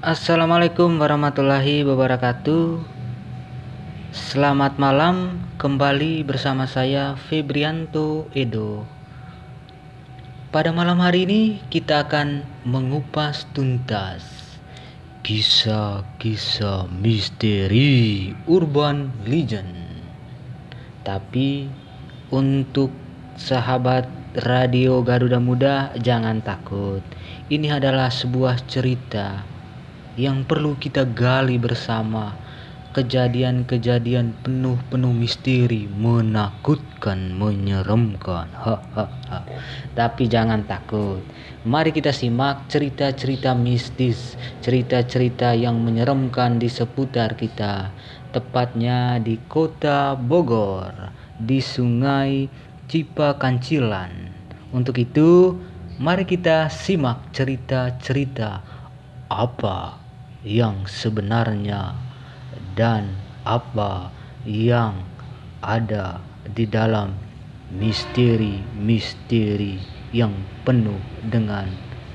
Assalamualaikum warahmatullahi wabarakatuh. Selamat malam, kembali bersama saya Febrianto Edo. Pada malam hari ini kita akan mengupas tuntas kisah-kisah misteri urban legend. Tapi untuk sahabat Radio Garuda Muda, jangan takut. Ini adalah sebuah cerita yang perlu kita gali bersama. Kejadian-kejadian penuh misteri, menakutkan, menyeramkan. Tapi jangan takut. Mari kita simak cerita-cerita mistis, cerita-cerita yang menyeramkan di seputar kita. Tepatnya di Kota Bogor, di Sungai Cipakancilan. Untuk itu, mari kita simak cerita-cerita apa yang sebenarnya dan apa yang ada di dalam misteri-misteri yang penuh dengan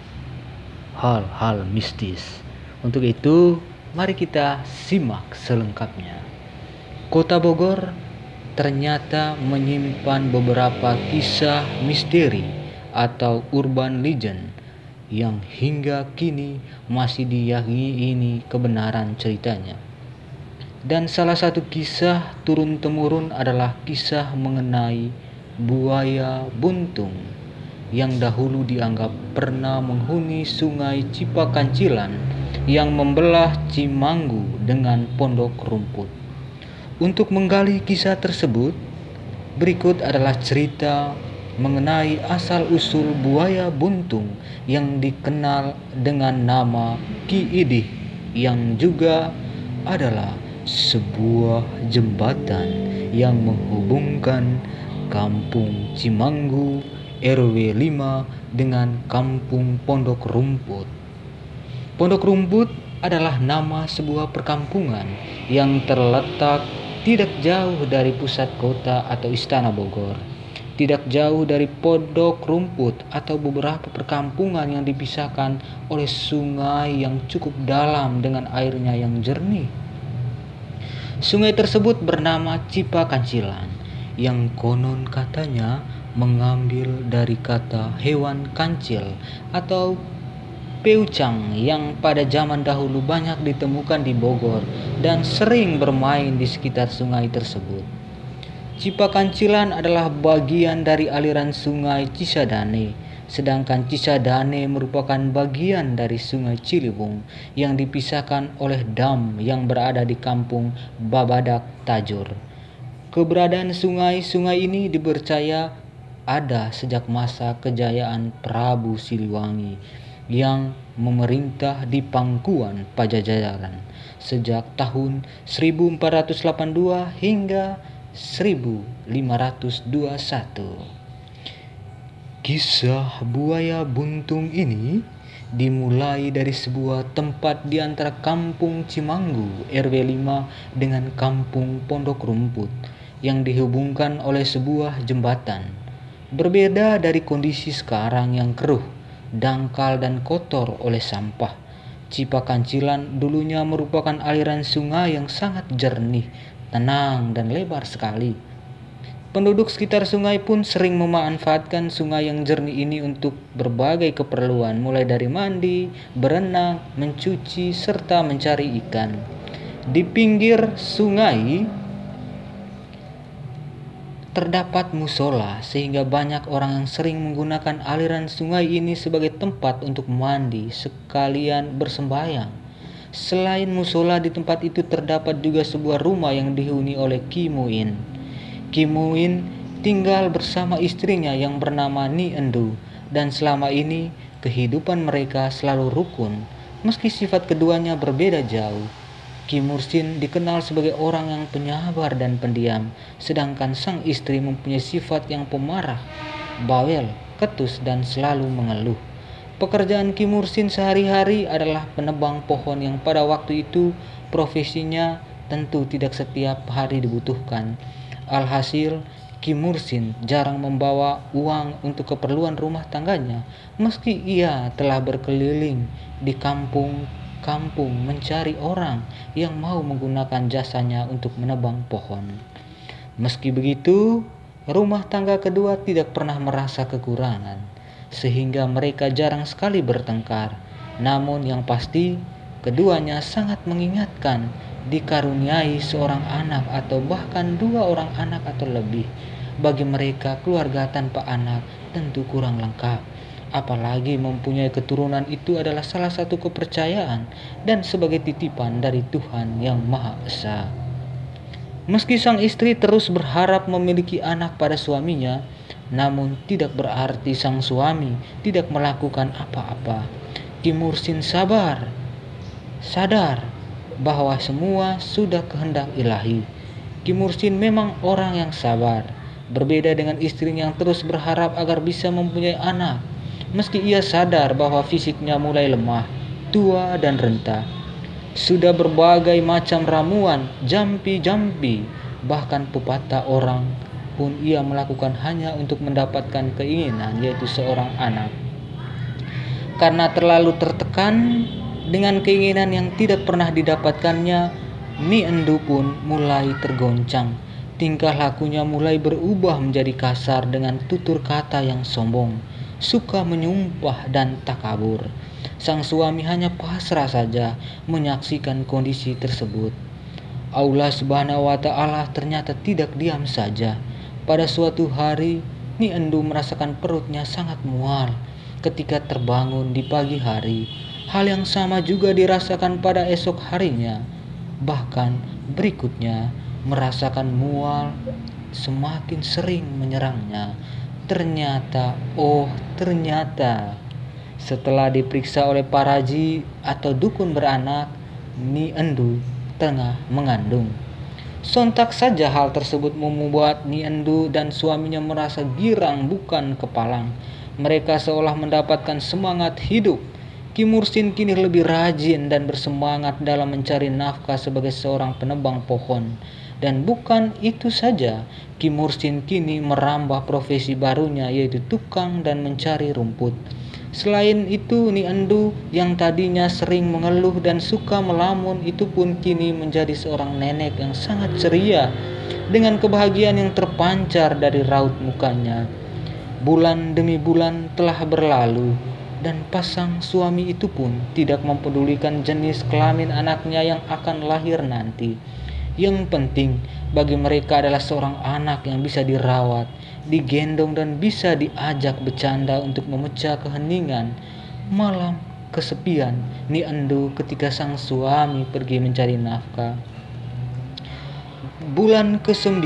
hal-hal mistis. Untuk itu, mari kita simak selengkapnya. Kota Bogor ternyata menyimpan beberapa kisah misteri atau urban legend yang hingga kini masih diyakini kebenaran ceritanya. Dan salah satu kisah turun-temurun adalah kisah mengenai buaya buntung yang dahulu dianggap pernah menghuni Sungai Cipakancilan yang membelah Cimanggu dengan Pondok Rumput. Untuk menggali kisah tersebut, berikut adalah cerita mengenai asal-usul buaya buntung yang dikenal dengan nama Ki Idih, yang juga adalah sebuah jembatan yang menghubungkan Kampung Cimanggu RW 5 dengan Kampung Pondok Rumput. Pondok Rumput adalah nama sebuah perkampungan yang terletak tidak jauh dari pusat kota atau Istana Bogor, tidak jauh dari Pondok Rumput atau beberapa perkampungan yang dipisahkan oleh sungai yang cukup dalam dengan airnya yang jernih. Sungai tersebut bernama Cipakancilan, yang konon katanya mengambil dari kata hewan kancil atau peucang yang pada zaman dahulu banyak ditemukan di Bogor dan sering bermain di sekitar sungai tersebut. Cipakancilan adalah bagian dari aliran sungai Cisadane, sedangkan Cisadane merupakan bagian dari sungai Ciliwung yang dipisahkan oleh dam yang berada di kampung Babadak Tajur. Keberadaan sungai-sungai ini dipercaya ada sejak masa kejayaan Prabu Siliwangi yang memerintah di Pangkuan Pajajaran sejak tahun 1482 hingga 1521. Kisah buaya buntung ini dimulai dari sebuah tempat di antara Kampung Cimanggu RW 5 dengan Kampung Pondok Rumput yang dihubungkan oleh sebuah jembatan. Berbeda dari kondisi sekarang yang keruh, dangkal dan kotor oleh sampah, Cipakancilan dulunya merupakan aliran sungai yang sangat jernih, tenang dan lebar sekali. Penduduk sekitar sungai pun sering memanfaatkan sungai yang jernih ini untuk berbagai keperluan, mulai dari mandi, berenang, mencuci, serta mencari ikan. Di pinggir sungai terdapat musola, sehingga banyak orang yang sering menggunakan aliran sungai ini sebagai tempat untuk mandi sekalian bersembahyang. Selain musola, di tempat itu terdapat juga sebuah rumah yang dihuni oleh Ki Muin. Ki Muin tinggal bersama istrinya yang bernama Ni Endu, dan selama ini kehidupan mereka selalu rukun, meski sifat keduanya berbeda jauh. Ki Mursin dikenal sebagai orang yang penyabar dan pendiam, sedangkan sang istri mempunyai sifat yang pemarah, bawel, ketus, dan selalu mengeluh. Pekerjaan Ki Mursin sehari-hari adalah penebang pohon yang pada waktu itu profesinya tentu tidak setiap hari dibutuhkan. Alhasil, Ki Mursin jarang membawa uang untuk keperluan rumah tangganya, meski ia telah berkeliling di kampung kampung mencari orang yang mau menggunakan jasanya untuk menebang pohon. Meski begitu, rumah tangga kedua tidak pernah merasa kekurangan, sehingga mereka jarang sekali bertengkar. Namun yang pasti, keduanya sangat mengingatkan dikaruniai seorang anak atau bahkan 2 orang anak atau lebih. Bagi mereka, keluarga tanpa anak tentu kurang lengkap. Apalagi mempunyai keturunan itu adalah salah satu kepercayaan dan sebagai titipan dari Tuhan yang Maha Esa. Meski sang istri terus berharap memiliki anak pada suaminya, namun tidak berarti sang suami tidak melakukan apa-apa. Ki Mursin sadar bahwa semua sudah kehendak ilahi. Ki Mursin memang orang yang sabar, berbeda dengan istrinya yang terus berharap agar bisa mempunyai anak. Meski ia sadar bahwa fisiknya mulai lemah, tua dan renta. Sudah berbagai macam ramuan, jampi-jampi, bahkan pepatah orang pun ia melakukan hanya untuk mendapatkan keinginan, yaitu seorang anak. Karena terlalu tertekan dengan keinginan yang tidak pernah didapatkannya, Ni Endu pun mulai tergoncang. Tingkah lakunya mulai berubah menjadi kasar dengan tutur kata yang sombong, suka menyumpah dan takabur. Sang suami hanya pasrah saja menyaksikan kondisi tersebut. Allah Subhanahu wa Ta'ala ternyata tidak diam saja. Pada suatu hari, Ni Endu merasakan perutnya sangat mual ketika terbangun di pagi hari. Hal yang sama juga dirasakan pada esok harinya. Bahkan berikutnya merasakan mual semakin sering menyerangnya. Ternyata setelah diperiksa oleh paraji atau dukun beranak, Ni Endu tengah mengandung. Sontak saja hal tersebut membuat Ni Endu dan suaminya merasa girang bukan kepalang. Mereka seolah mendapatkan semangat hidup. Ki Mursin kini lebih rajin dan bersemangat dalam mencari nafkah sebagai seorang penebang pohon. Dan bukan itu saja, Ki Mursin kini merambah profesi barunya, yaitu tukang dan mencari rumput. Selain itu, Ni Endu yang tadinya sering mengeluh dan suka melamun itu pun kini menjadi seorang nenek yang sangat ceria dengan kebahagiaan yang terpancar dari raut mukanya. Bulan demi bulan telah berlalu dan pasang suami itu pun tidak mempedulikan jenis kelamin anaknya yang akan lahir nanti. Yang penting bagi mereka adalah seorang anak yang bisa dirawat, digendong dan bisa diajak bercanda untuk memecah keheningan malam kesepian Ni Endu ketika sang suami pergi mencari nafkah. Bulan ke-9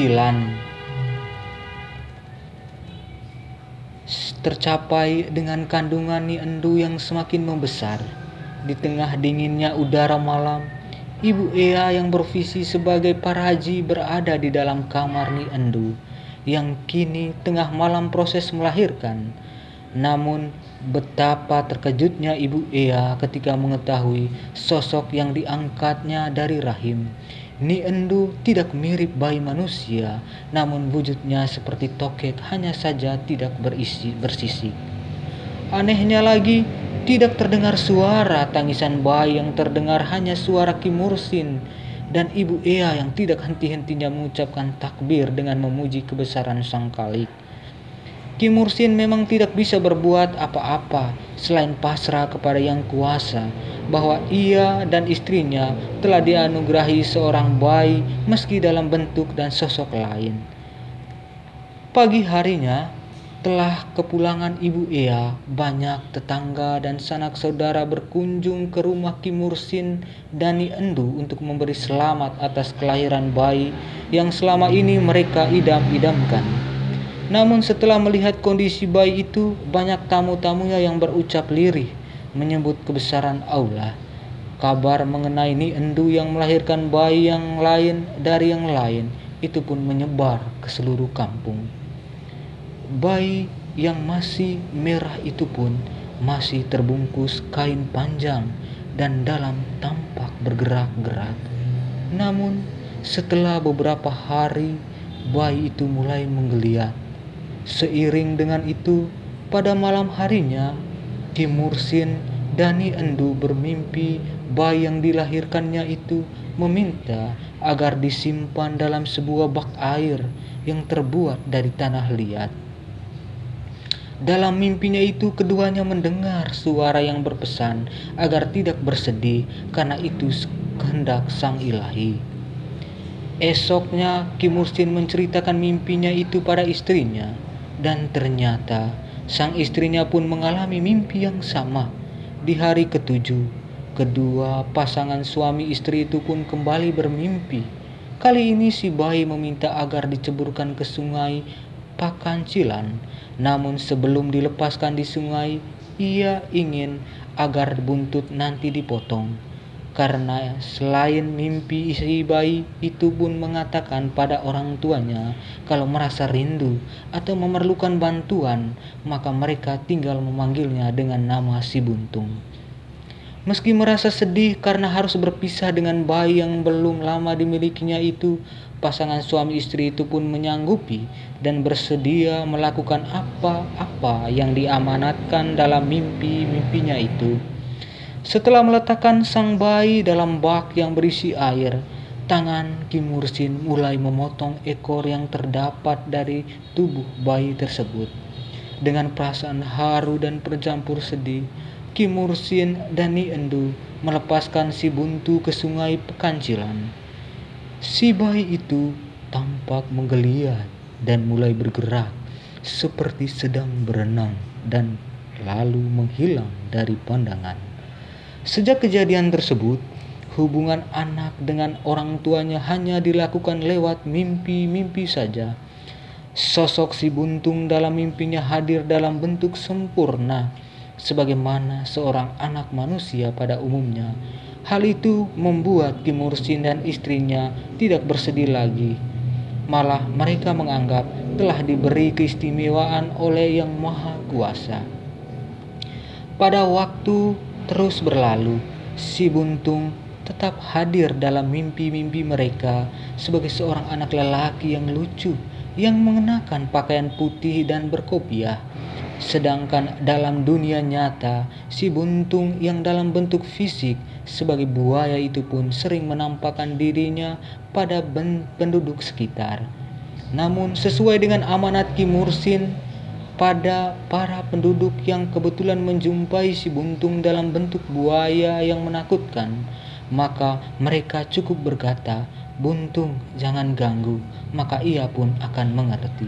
tercapai dengan kandungan Ni Endu yang semakin membesar. Di tengah dinginnya udara malam, Ibu Ea yang berfungsi sebagai paraji berada di dalam kamar Ni Endu yang kini tengah malam proses melahirkan. Namun betapa terkejutnya Ibu Ea ketika mengetahui sosok yang diangkatnya dari rahim. Ni Endu tidak mirip bayi manusia, namun wujudnya seperti tokek, hanya saja tidak bersisik. Anehnya lagi, tidak terdengar suara tangisan bayi, yang terdengar hanya suara Ki Mursin dan Ibu Ea yang tidak henti-hentinya mengucapkan takbir dengan memuji kebesaran Sang Khalik. Ki Mursin memang tidak bisa berbuat apa-apa selain pasrah kepada Yang Kuasa bahwa ia dan istrinya telah dianugerahi seorang bayi meski dalam bentuk dan sosok lain. Pagi harinya, telah kepulangan Ibu Ea, banyak tetangga dan sanak saudara berkunjung ke rumah Ki Mursin dan Ni Endu untuk memberi selamat atas kelahiran bayi yang selama ini mereka idam-idamkan. Namun setelah melihat kondisi bayi itu, banyak tamu-tamunya yang berucap lirih menyebut kebesaran Allah. Kabar mengenai Ni Endu yang melahirkan bayi yang lain dari yang lain itu pun menyebar ke seluruh kampung. Bayi yang masih merah itu pun masih terbungkus kain panjang dan dalam tampak bergerak-gerak. Namun setelah beberapa hari, bayi itu mulai menggeliat. Seiring dengan itu, pada malam harinya, Ki Mursin Dani Endu bermimpi bayi yang dilahirkannya itu meminta agar disimpan dalam sebuah bak air yang terbuat dari tanah liat. Dalam mimpinya itu keduanya mendengar suara yang berpesan agar tidak bersedih karena itu kehendak sang ilahi. Esoknya Ki Mursin menceritakan mimpinya itu pada istrinya, dan ternyata sang istrinya pun mengalami mimpi yang sama. Di hari ketujuh, kedua pasangan suami istri itu pun kembali bermimpi. Kali ini si bayi meminta agar diceburkan ke sungai Pakancilan. Namun sebelum dilepaskan di sungai, ia ingin agar buntut nanti dipotong. Karena selain mimpi si bayi itu pun mengatakan pada orang tuanya kalau merasa rindu atau memerlukan bantuan, maka mereka tinggal memanggilnya dengan nama si buntung. Meski merasa sedih karena harus berpisah dengan bayi yang belum lama dimilikinya itu, pasangan suami istri itu pun menyanggupi dan bersedia melakukan apa-apa yang diamanatkan dalam mimpi-mimpinya itu. Setelah meletakkan sang bayi dalam bak yang berisi air, tangan Ki Mursin mulai memotong ekor yang terdapat dari tubuh bayi tersebut. Dengan perasaan haru dan bercampur sedih, Ki Mursin dan Ni Endu melepaskan si buntu ke sungai Pekancilan. Si bayi itu tampak menggeliat dan mulai bergerak seperti sedang berenang dan lalu menghilang dari pandangan. Sejak kejadian tersebut, hubungan anak dengan orang tuanya hanya dilakukan lewat mimpi-mimpi saja. Sosok si buntung dalam mimpinya hadir dalam bentuk sempurna, sebagaimana seorang anak manusia pada umumnya. Hal itu membuat Ki Mursin dan istrinya tidak bersedih lagi. Malah mereka menganggap telah diberi keistimewaan oleh Yang Maha Kuasa. Pada waktu terus berlalu, si buntung tetap hadir dalam mimpi-mimpi mereka sebagai seorang anak lelaki yang lucu, yang mengenakan pakaian putih dan berkopiah. Sedangkan dalam dunia nyata, si buntung yang dalam bentuk fisik sebagai buaya itu pun sering menampakkan dirinya pada penduduk sekitar. Namun sesuai dengan amanat Ki Mursin pada para penduduk yang kebetulan menjumpai si buntung dalam bentuk buaya yang menakutkan, maka mereka cukup berkata, "Buntung, jangan ganggu," maka ia pun akan mengerti.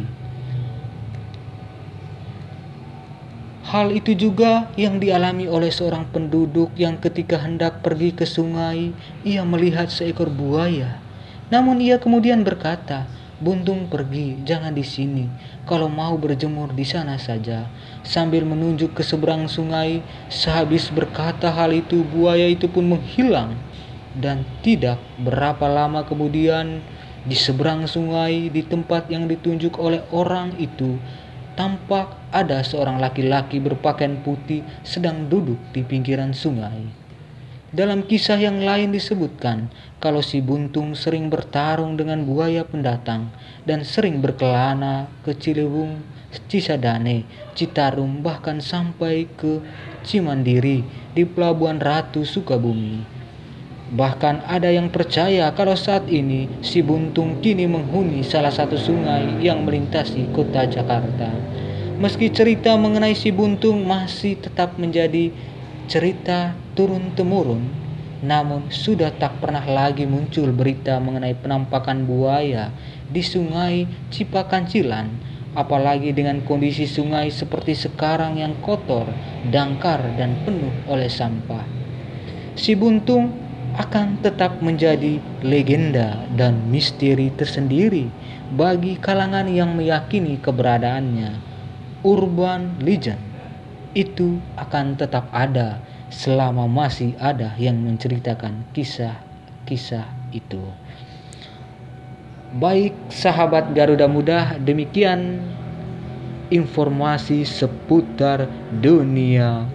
Hal itu juga yang dialami oleh seorang penduduk yang ketika hendak pergi ke sungai, ia melihat seekor buaya. Namun ia kemudian berkata, "Buntung, pergi, jangan di sini. Kalau mau berjemur di sana saja." Sambil menunjuk ke seberang sungai, sehabis berkata hal itu, buaya itu pun menghilang. Dan tidak berapa lama kemudian, di seberang sungai, di tempat yang ditunjuk oleh orang itu, tampak ada seorang laki-laki berpakaian putih sedang duduk di pinggiran sungai. Dalam kisah yang lain disebutkan kalau si buntung sering bertarung dengan buaya pendatang dan sering berkelana ke Ciliwung, Cisadane, Citarum, bahkan sampai ke Cimandiri di Pelabuhan Ratu Sukabumi. Bahkan ada yang percaya kalau saat ini si buntung kini menghuni salah satu sungai yang melintasi kota Jakarta. Meski cerita mengenai si buntung masih tetap menjadi cerita turun-temurun, namun sudah tak pernah lagi muncul berita mengenai penampakan buaya di sungai Cipakancilan, apalagi dengan kondisi sungai seperti sekarang yang kotor, dangkal dan penuh oleh sampah. Si buntung akan tetap menjadi legenda dan misteri tersendiri bagi kalangan yang meyakini keberadaannya. Urban legend itu akan tetap ada selama masih ada yang menceritakan kisah-kisah itu. Baik sahabat Garuda Muda, demikian informasi seputar dunia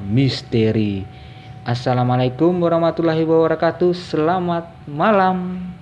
misteri. Assalamualaikum warahmatullahi wabarakatuh. Selamat malam.